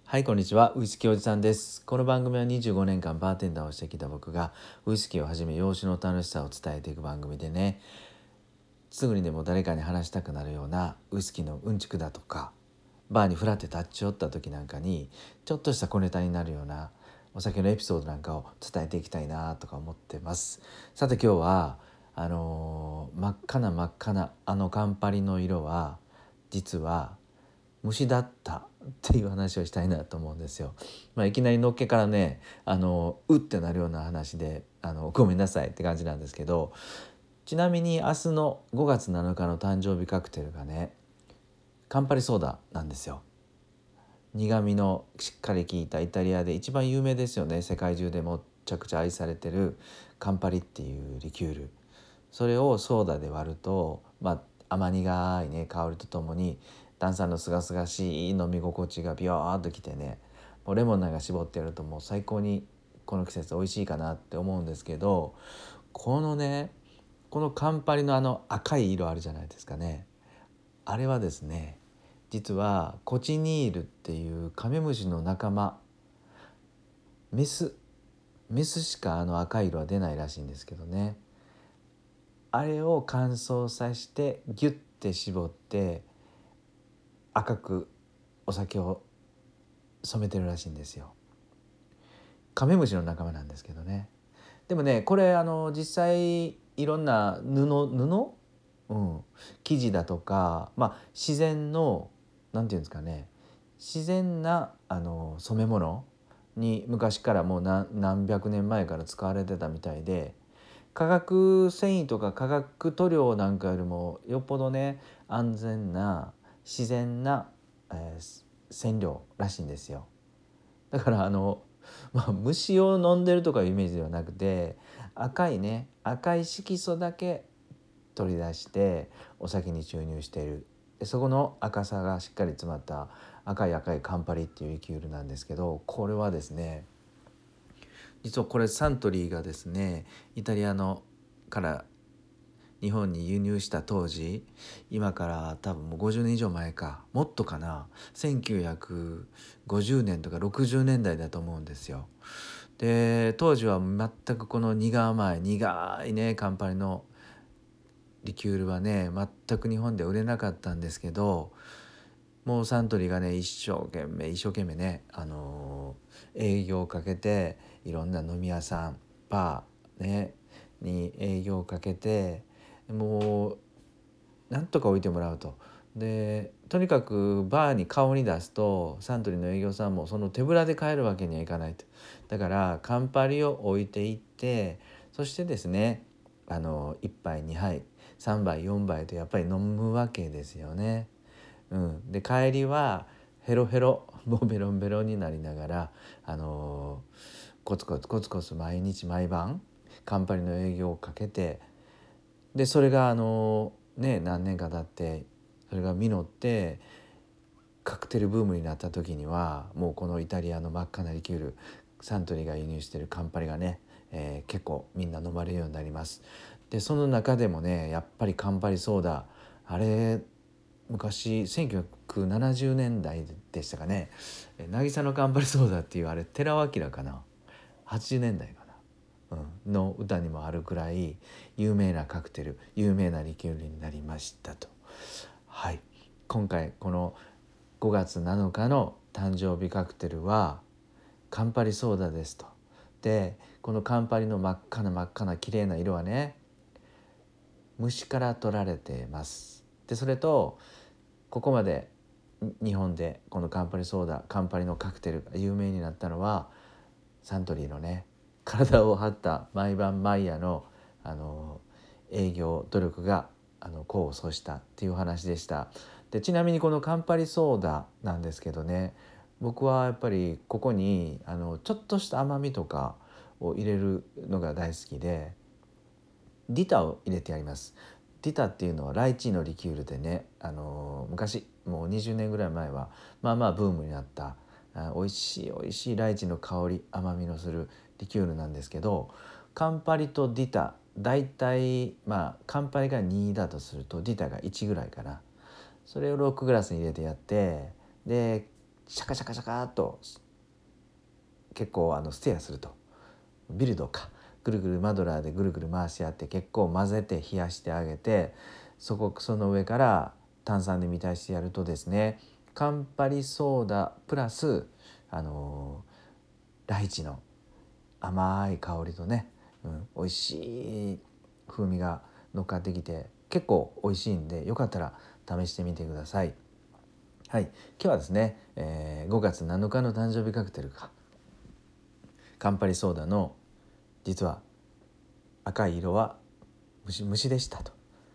はい、こんにちは。ウイスキーおじさんです。この番組は25年間バーテンダーをしてきた僕がウイスキーをはじめ洋酒の楽しさを伝えていく番組でね、すぐにでも誰かに話したくなるようなウイスキーのうんちくだとか、バーにフラって立ち寄った時なんかにちょっとした小ネタになるようなお酒のエピソードなんかを伝えていきたいなとか思ってます。さて今日は真っ赤な真っ赤なカンパリの色は実は虫だったっていう話をしたいなと思うんですよ。いきなりのっけからねうってなるような話でごめんなさいって感じなんですけど、ちなみに明日の5月7日の誕生日カクテルがねカンパリソーダなんですよ。苦味のしっかり効いたイタリアで一番有名ですよね。世界中でもめちゃくちゃ愛されてるカンパリっていうリキュール、それをソーダで割ると、甘苦いね香りとともに炭酸のすがすがしい飲み心地がビヨーっときてね、もうレモンなんか絞ってやるともう最高にこの季節美味しいかなって思うんですけど、このカンパリの赤い色あるじゃないですかね。あれはですね、実はコチニールっていうカメムシの仲間、メスメスしか赤い色は出ないらしいんですけどね。あれを乾燥させてギュッて絞って赤くお酒を染めてるらしいんですよ。カメムシの仲間なんですけどね。でもねこれ実際いろんな生地だとか、自然のなんていうんですかね、自然な染め物に昔からもう何百年前から使われてたみたいで、化学繊維とか化学塗料なんかよりもよっぽどね安全な自然な、染料らしいんですよ。だから虫を飲んでるとかいうイメージではなくて、赤い色素だけ取り出してお酒に注入している。でそこの赤さがしっかり詰まった赤いカンパリっていうリキュールなんですけど、これはですね実はこれサントリーがですねイタリアのから日本に輸入した当時、今から多分もう50年以上前かもっとかな、1950年とか60年代だと思うんですよ。で当時は全くこの苦いねカンパニのリキュールはね全く日本で売れなかったんですけど、もうサントリーがね一生懸命ね、営業をかけていろんな飲み屋さんバーねに営業をかけて、もうなんとか置いてもらうと。でとにかくバーに顔に出すとサントリーの営業さんもその手ぶらで帰るわけにはいかないと。だからカンパリを置いていって、そしてですね1杯2杯3杯4杯とやっぱり飲むわけですよね。で帰りはヘロヘロもうベロンベロンになりながら、コツコツコツコツ毎日毎晩カンパニの営業をかけて、でそれが何年か経ってそれが実ってカクテルブームになった時にはもうこのイタリアの真っ赤なリキュールサントリーが輸入しているカンパリがね、結構みんな飲まれるようになります。でその中でもねやっぱりカンパリソーダ、あれ昔1970年代でしたかね、渚のカンパリソーダっていうあれ寺尾明かな、80年代かな、の歌にもあるくらい有名なカクテル有名なリキュールになりましたと。はい、今回この5月7日の誕生日カクテルはカンパリソーダですと。でこのカンパリの真っ赤な真っ赤な綺麗な色はね虫から取られています。でそれとここまで日本でこのカンパリソーダカンパリのカクテルが有名になったのはサントリーのね体を張った毎晩毎夜の営業努力が功を奏したっていう話でした。でちなみにこのカンパリソーダなんですけどね、僕はやっぱりここにちょっとした甘みとかを入れるのが大好きで、ディタを入れてやります。ディタっていうのはライチのリキュールでね、昔もう20年ぐらい前はブームになった美味しい美味しいライチの香り甘みのするリキュールなんですけど、カンパリとディタだいたいカンパリが2だとするとディタが1ぐらいかな、それを6グラスに入れてやって、でシャカシャカシャカっと結構ステアすると、ビルドかぐるぐるマドラーでぐるぐる回し合って結構混ぜて冷やしてあげて、その上から炭酸で満たしてやるとですね、カンパリソーダプラスライチの甘い香りとね、美味しい風味が乗っかってきて結構美味しいんで、よかったら試してみてください。はい、今日はですね、5月7日の誕生日カクテルかカンパリソーダの実は赤い色は虫でしたと。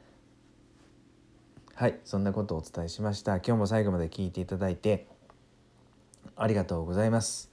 はい、そんなことをお伝えしました。今日も最後まで聞いていただいてありがとうございます。